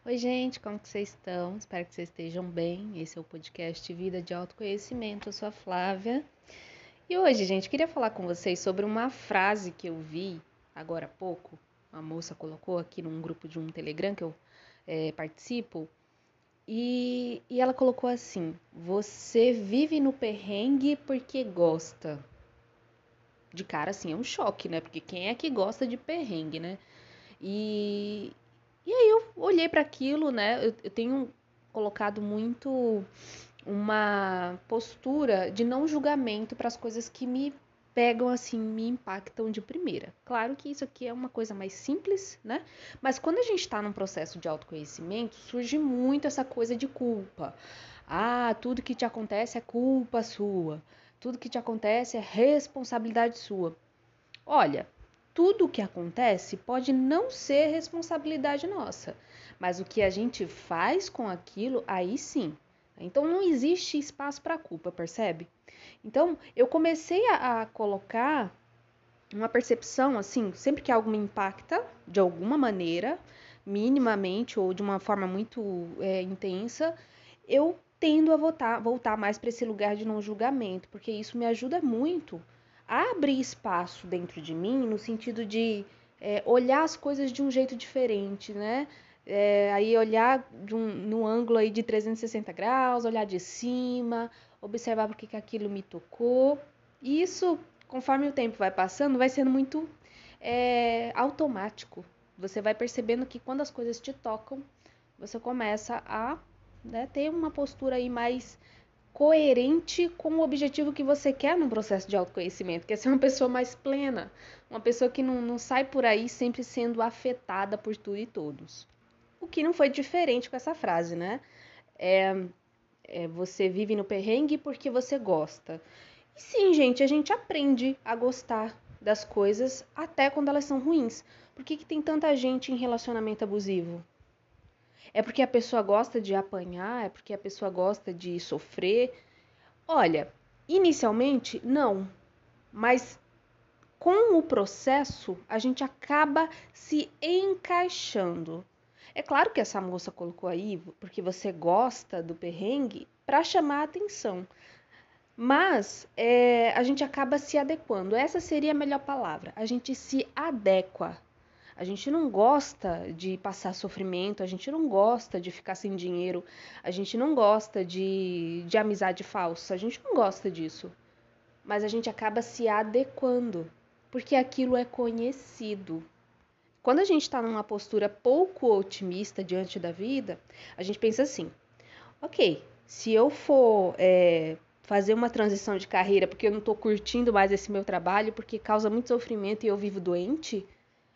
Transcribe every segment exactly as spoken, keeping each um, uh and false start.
Oi, gente, como que vocês estão? Espero que vocês estejam bem. Esse é o podcast Vida de Autoconhecimento. Eu sou a Flávia. E hoje, gente, queria falar com vocês sobre uma frase que eu vi agora há pouco. Uma moça colocou aqui num grupo de um Telegram que eu é, participo. E, e ela colocou assim: Você vive no perrengue porque gosta. De cara, assim, é um choque, né? Porque quem é que gosta de perrengue, né? E, e aí eu olhei para aquilo, né? Eu, eu tenho colocado muito uma postura de não julgamento para as coisas que me pegam assim, me impactam de primeira. Claro que isso aqui é uma coisa mais simples, né? Mas quando a gente está num processo de autoconhecimento, surge muito essa coisa de culpa. Ah, tudo que te acontece é culpa sua. Tudo que te acontece é responsabilidade sua. Olha, tudo o que acontece pode não ser responsabilidade nossa, mas o que a gente faz com aquilo, aí sim. Então não existe espaço para culpa, percebe? Então eu comecei a, a colocar uma percepção assim, sempre que algo me impacta de alguma maneira, minimamente ou de uma forma muito é, intensa, eu tendo a voltar, voltar mais para esse lugar de não julgamento, porque isso me ajuda muito a abrir espaço dentro de mim, no sentido de é, olhar as coisas de um jeito diferente, né? É, aí olhar de um, no ângulo aí de trezentos e sessenta graus, olhar de cima, observar porque que aquilo me tocou. E isso, conforme o tempo vai passando, vai sendo muito é, automático. Você vai percebendo que quando as coisas te tocam, você começa a né, ter uma postura aí mais coerente com o objetivo que você quer no processo de autoconhecimento, que é ser uma pessoa mais plena, uma pessoa que não, não sai por aí sempre sendo afetada por tudo e todos. O que não foi diferente com essa frase, né? É, é, você vive no perrengue porque você gosta. E sim, gente, a gente aprende a gostar das coisas até quando elas são ruins. Por que, que tem tanta gente em relacionamento abusivo? É porque a pessoa gosta de apanhar? É porque a pessoa gosta de sofrer? Olha, inicialmente, não. Mas com o processo, a gente acaba se encaixando. É claro que essa moça colocou aí, porque você gosta do perrengue, para chamar a atenção. Mas é, a gente acaba se adequando. Essa seria a melhor palavra. A gente se adequa. A gente não gosta de passar sofrimento, a gente não gosta de ficar sem dinheiro, a gente não gosta de, de amizade falsa, a gente não gosta disso. Mas a gente acaba se adequando, porque aquilo é conhecido. Quando a gente está numa postura pouco otimista diante da vida, a gente pensa assim: ok, se eu for é, fazer uma transição de carreira porque eu não estou curtindo mais esse meu trabalho, porque causa muito sofrimento e eu vivo doente,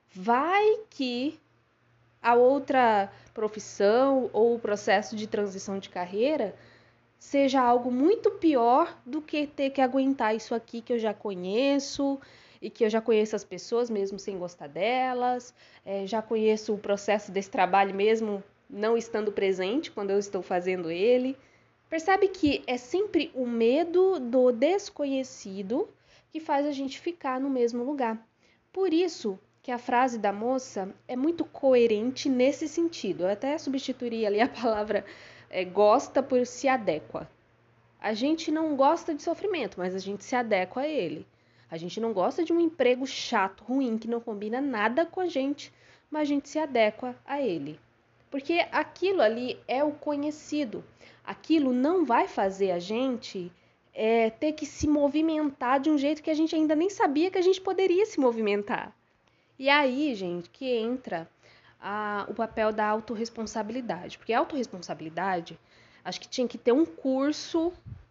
vai que a outra profissão ou o processo de transição de carreira seja algo muito pior do que ter que aguentar isso aqui que eu já conheço e que eu já conheço as pessoas mesmo sem gostar delas, é, já conheço o processo desse trabalho mesmo não estando presente quando eu estou fazendo ele. Percebe que é sempre o medo do desconhecido que faz a gente ficar no mesmo lugar. Por isso que a frase da moça é muito coerente nesse sentido. Eu até substituiria ali a palavra é, gosta por se adequa. A gente não gosta de sofrimento, mas a gente se adequa a ele. A gente não gosta de um emprego chato, ruim, que não combina nada com a gente, mas a gente se adequa a ele. Porque aquilo ali é o conhecido. Aquilo não vai fazer a gente é, ter que se movimentar de um jeito que a gente ainda nem sabia que a gente poderia se movimentar. E aí, gente, que entra a, o papel da autorresponsabilidade. Porque a autorresponsabilidade, acho que tinha que ter um curso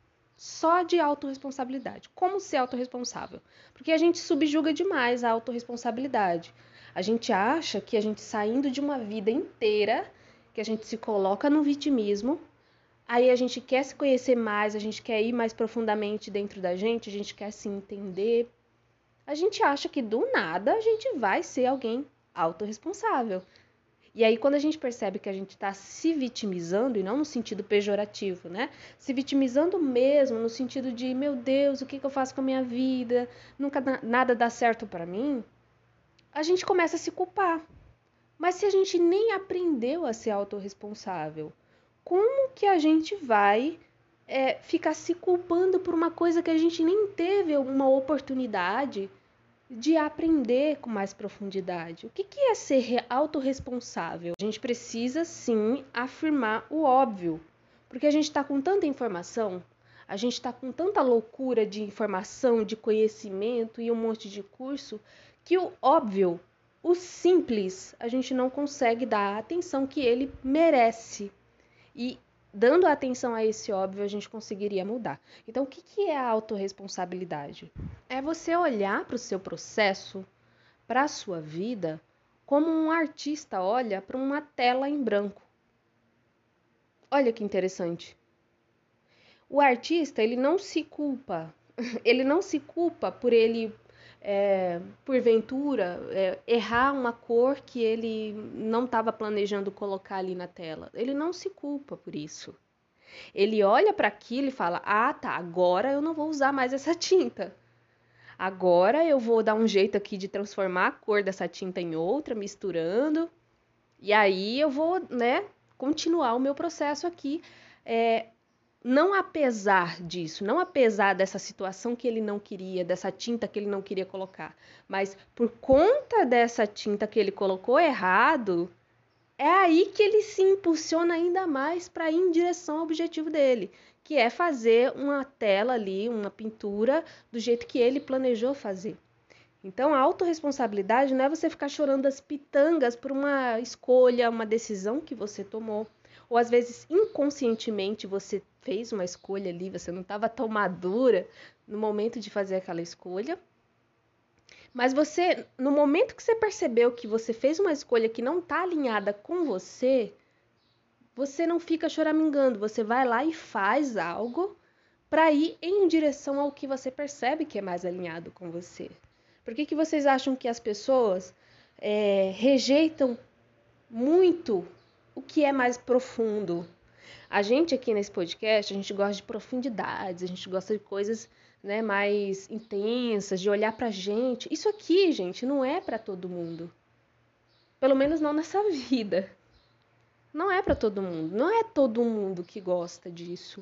só de autorresponsabilidade. Como ser autorresponsável? Porque a gente subjuga demais a autorresponsabilidade. A gente acha que a gente saindo de uma vida inteira, que a gente se coloca no vitimismo, aí a gente quer se conhecer mais, a gente quer ir mais profundamente dentro da gente, a gente quer se entender. A gente acha que do nada a gente vai ser alguém autorresponsável. E aí, quando a gente percebe que a gente está se vitimizando, e não no sentido pejorativo, né? Se vitimizando mesmo, no sentido de, meu Deus, o que, que eu faço com a minha vida? Nunca nada dá certo para mim. A gente começa a se culpar. Mas se a gente nem aprendeu a ser autorresponsável, como que a gente vai é, ficar se culpando por uma coisa que a gente nem teve uma oportunidade de aprender com mais profundidade? O que que é ser autorresponsável? A gente precisa sim afirmar o óbvio, porque a gente está com tanta informação, a gente está com tanta loucura de informação, de conhecimento e um monte de curso, que o óbvio, o simples, a gente não consegue dar a atenção que ele merece. E dando atenção a esse óbvio, a gente conseguiria mudar. Então, o que que é a autorresponsabilidade? É você olhar para o seu processo, para a sua vida, como um artista olha para uma tela em branco. Olha que interessante. O artista, ele não se culpa, ele não se culpa por ele, é, porventura, é, errar uma cor que ele não estava planejando colocar ali na tela. Ele não se culpa por isso. Ele olha para aquilo e fala: ah, tá, agora eu não vou usar mais essa tinta. Agora eu vou dar um jeito aqui de transformar a cor dessa tinta em outra, misturando. E aí eu vou, né, continuar o meu processo aqui. É, não apesar disso, não apesar dessa situação que ele não queria, dessa tinta que ele não queria colocar, mas por conta dessa tinta que ele colocou errado, é aí que ele se impulsiona ainda mais para ir em direção ao objetivo dele, que é fazer uma tela ali, uma pintura do jeito que ele planejou fazer. Então, a autorresponsabilidade não é você ficar chorando as pitangas por uma escolha, uma decisão que você tomou. Ou às vezes, inconscientemente, você fez uma escolha ali, você não estava tão madura no momento de fazer aquela escolha. Mas você, no momento que você percebeu que você fez uma escolha que não está alinhada com você, você não fica choramingando, você vai lá e faz algo para ir em direção ao que você percebe que é mais alinhado com você. Por que que vocês acham que as pessoas é, rejeitam muito o que é mais profundo? A gente aqui nesse podcast, a gente gosta de profundidades, a gente gosta de coisas, né, mais intensas, de olhar pra gente. Isso aqui, gente, não é para todo mundo. Pelo menos não nessa vida. Não é para todo mundo. Não é todo mundo que gosta disso.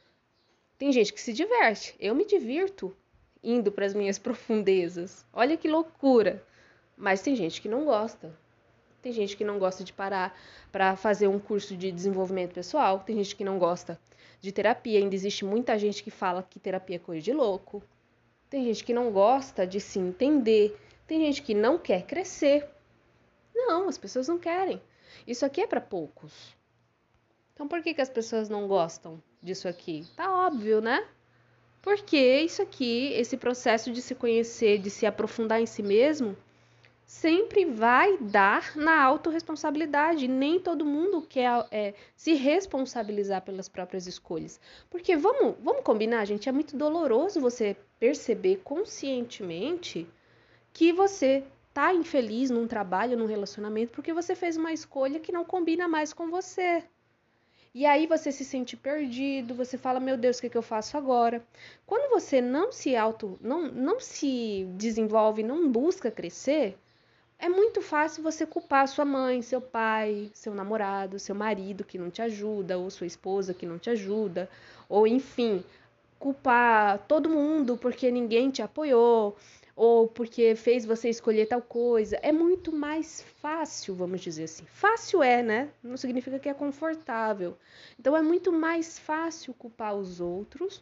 Tem gente que se diverte. Eu me divirto indo para as minhas profundezas. Olha que loucura. Mas tem gente que não gosta. Tem gente que não gosta de parar para fazer um curso de desenvolvimento pessoal. Tem gente que não gosta de terapia. Ainda existe muita gente que fala que terapia é coisa de louco. Tem gente que não gosta de se entender. Tem gente que não quer crescer. Não, as pessoas não querem. Isso aqui é para poucos. Então por que que as pessoas não gostam disso aqui? Tá óbvio, né? Porque isso aqui, esse processo de se conhecer, de se aprofundar em si mesmo, sempre vai dar na autorresponsabilidade. Nem todo mundo quer é, se responsabilizar pelas próprias escolhas. Porque vamos, vamos combinar, gente, é muito doloroso você perceber conscientemente que você tá infeliz num trabalho, num relacionamento, porque você fez uma escolha que não combina mais com você. E aí você se sente perdido, você fala, meu Deus, o que, é que eu faço agora? Quando você não se auto, não, não se desenvolve, não busca crescer, é muito fácil você culpar sua mãe, seu pai, seu namorado, seu marido que não te ajuda, ou sua esposa que não te ajuda, ou enfim, culpar todo mundo porque ninguém te apoiou, ou porque fez você escolher tal coisa. É muito mais fácil, vamos dizer assim. Fácil é, né? Não significa que é confortável. Então é muito mais fácil culpar os outros,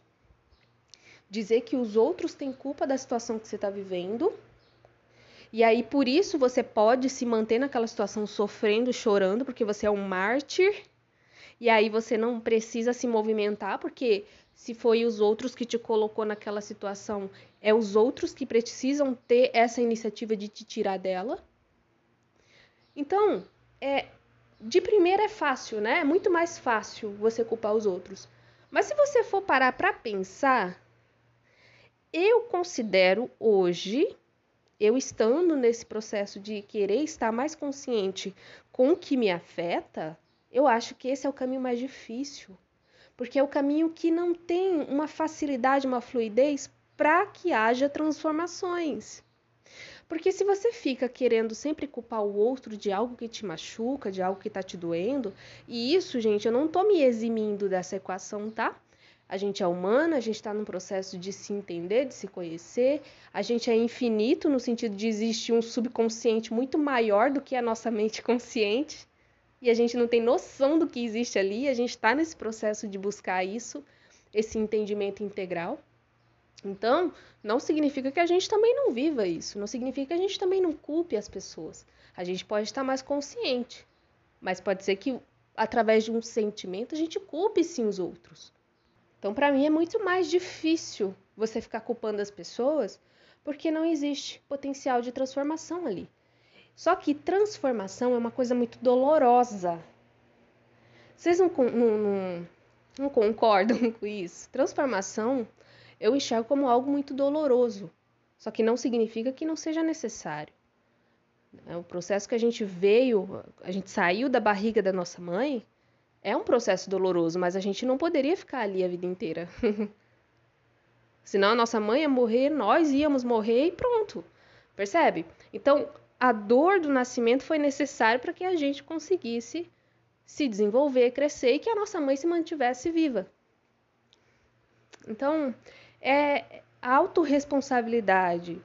dizer que os outros têm culpa da situação que você está vivendo. E aí, por isso, você pode se manter naquela situação sofrendo, chorando, porque você é um mártir. E aí você não precisa se movimentar, porque se foi os outros que te colocou naquela situação, é os outros que precisam ter essa iniciativa de te tirar dela. Então, é, de primeira é fácil, né? É muito mais fácil você culpar os outros. Mas se você for parar para pensar, eu considero hoje, eu estando nesse processo de querer estar mais consciente com o que me afeta, eu acho que esse é o caminho mais difícil. Porque é o caminho que não tem uma facilidade, uma fluidez para que haja transformações. Porque se você fica querendo sempre culpar o outro de algo que te machuca, de algo que tá te doendo, e isso, gente, eu não tô me eximindo dessa equação, tá? A gente é humana, a gente está num processo de se entender, de se conhecer, a gente é infinito no sentido de existir um subconsciente muito maior do que a nossa mente consciente, e a gente não tem noção do que existe ali, a gente está nesse processo de buscar isso, esse entendimento integral. Então, não significa que a gente também não viva isso, não significa que a gente também não culpe as pessoas. A gente pode estar mais consciente, mas pode ser que através de um sentimento a gente culpe sim os outros. Então, para mim é muito mais difícil você ficar culpando as pessoas porque não existe potencial de transformação ali. Só que transformação é uma coisa muito dolorosa. Vocês não, não, não, não concordam com isso? Transformação eu enxergo como algo muito doloroso. Só que não significa que não seja necessário. O processo que a gente veio, a gente saiu da barriga da nossa mãe, é um processo doloroso, mas a gente não poderia ficar ali a vida inteira. Senão a nossa mãe ia morrer, nós íamos morrer e pronto. Percebe? Então, a dor do nascimento foi necessária para que a gente conseguisse se desenvolver, crescer e que a nossa mãe se mantivesse viva. Então, é a autorresponsabilidade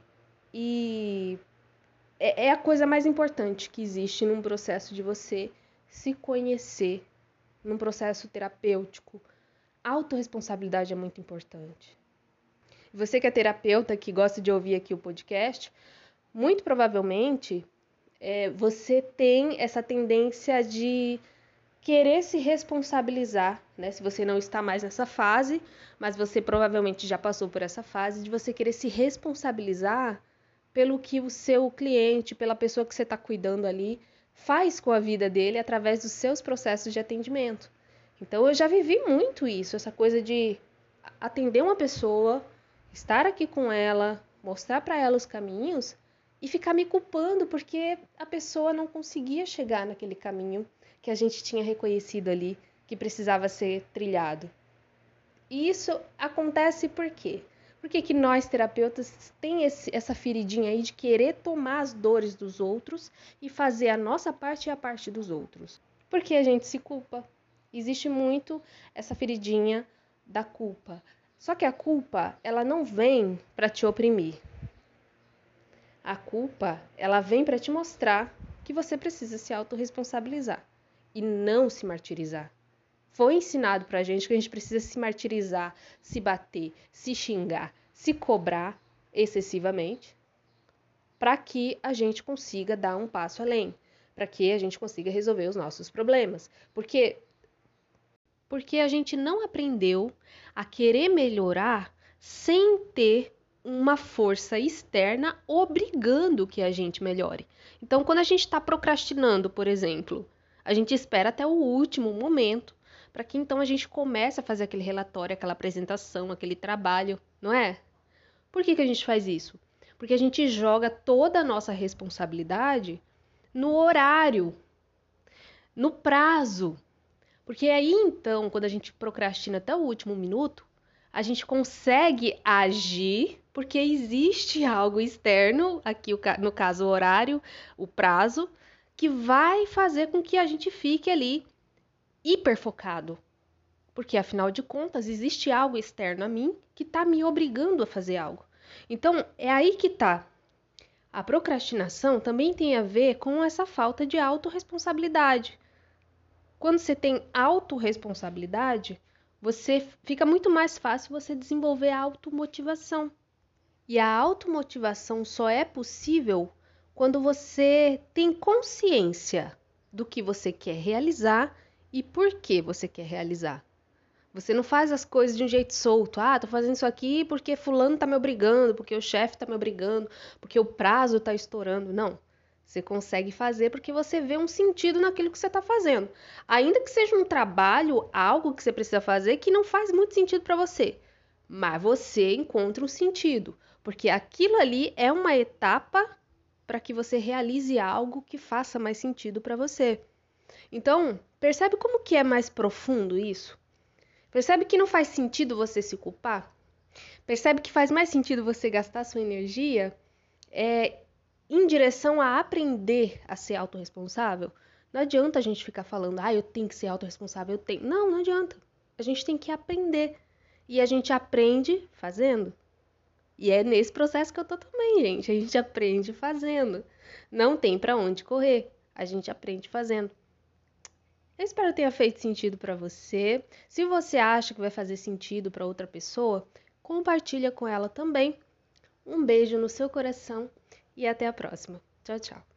e é a coisa mais importante que existe num processo de você se conhecer, num processo terapêutico. A autorresponsabilidade é muito importante. Você que é terapeuta, que gosta de ouvir aqui o podcast, muito provavelmente é, você tem essa tendência de querer se responsabilizar, né? Se você não está mais nessa fase, mas você provavelmente já passou por essa fase de você querer se responsabilizar pelo que o seu cliente, pela pessoa que você está cuidando ali, faz com a vida dele através dos seus processos de atendimento. Então eu já vivi muito isso, essa coisa de atender uma pessoa, estar aqui com ela, mostrar para ela os caminhos e ficar me culpando porque a pessoa não conseguia chegar naquele caminho que a gente tinha reconhecido ali, que precisava ser trilhado. E isso acontece por quê? Por que que nós, terapeutas, tem esse, essa feridinha aí de querer tomar as dores dos outros e fazer a nossa parte e a parte dos outros? Porque a gente se culpa. Existe muito essa feridinha da culpa. Só que a culpa, ela não vem para te oprimir. A culpa, ela vem para te mostrar que você precisa se autorresponsabilizar e não se martirizar. Foi ensinado pra gente que a gente precisa se martirizar, se bater, se xingar, se cobrar excessivamente para que a gente consiga dar um passo além, para que a gente consiga resolver os nossos problemas. Porque porque a gente não aprendeu a querer melhorar sem ter uma força externa obrigando que a gente melhore. Então, quando a gente está procrastinando, por exemplo, a gente espera até o último momento para que então a gente comece a fazer aquele relatório, aquela apresentação, aquele trabalho, não é? Por que que a gente faz isso? Porque a gente joga toda a nossa responsabilidade no horário, no prazo. Porque aí então, quando a gente procrastina até o último minuto, a gente consegue agir porque existe algo externo, aqui no caso o horário, o prazo, que vai fazer com que a gente fique ali hiperfocado. Porque, afinal de contas, existe algo externo a mim que está me obrigando a fazer algo. Então, é aí que está. A procrastinação também tem a ver com essa falta de autorresponsabilidade. Quando você tem autorresponsabilidade, você fica muito mais fácil você desenvolver a automotivação. E a automotivação só é possível quando você tem consciência do que você quer realizar e por que você quer realizar. Você não faz as coisas de um jeito solto. Ah, tô fazendo isso aqui porque fulano tá me obrigando, porque o chefe tá me obrigando, porque o prazo tá estourando. Não. Você consegue fazer porque você vê um sentido naquilo que você está fazendo. Ainda que seja um trabalho, algo que você precisa fazer que não faz muito sentido para você. Mas você encontra um sentido. Porque aquilo ali é uma etapa para que você realize algo que faça mais sentido para você. Então, percebe como que é mais profundo isso? Percebe que não faz sentido você se culpar? Percebe que faz mais sentido você gastar sua energia é, em direção a aprender a ser autorresponsável, não adianta a gente ficar falando, ah, eu tenho que ser autorresponsável, eu tenho. Não, não adianta. A gente tem que aprender. E a gente aprende fazendo. E é nesse processo que eu tô também, gente. A gente aprende fazendo. Não tem pra onde correr. A gente aprende fazendo. Eu espero que tenha feito sentido pra você. Se você acha que vai fazer sentido pra outra pessoa, compartilha com ela também. Um beijo no seu coração e até a próxima. Tchau, tchau.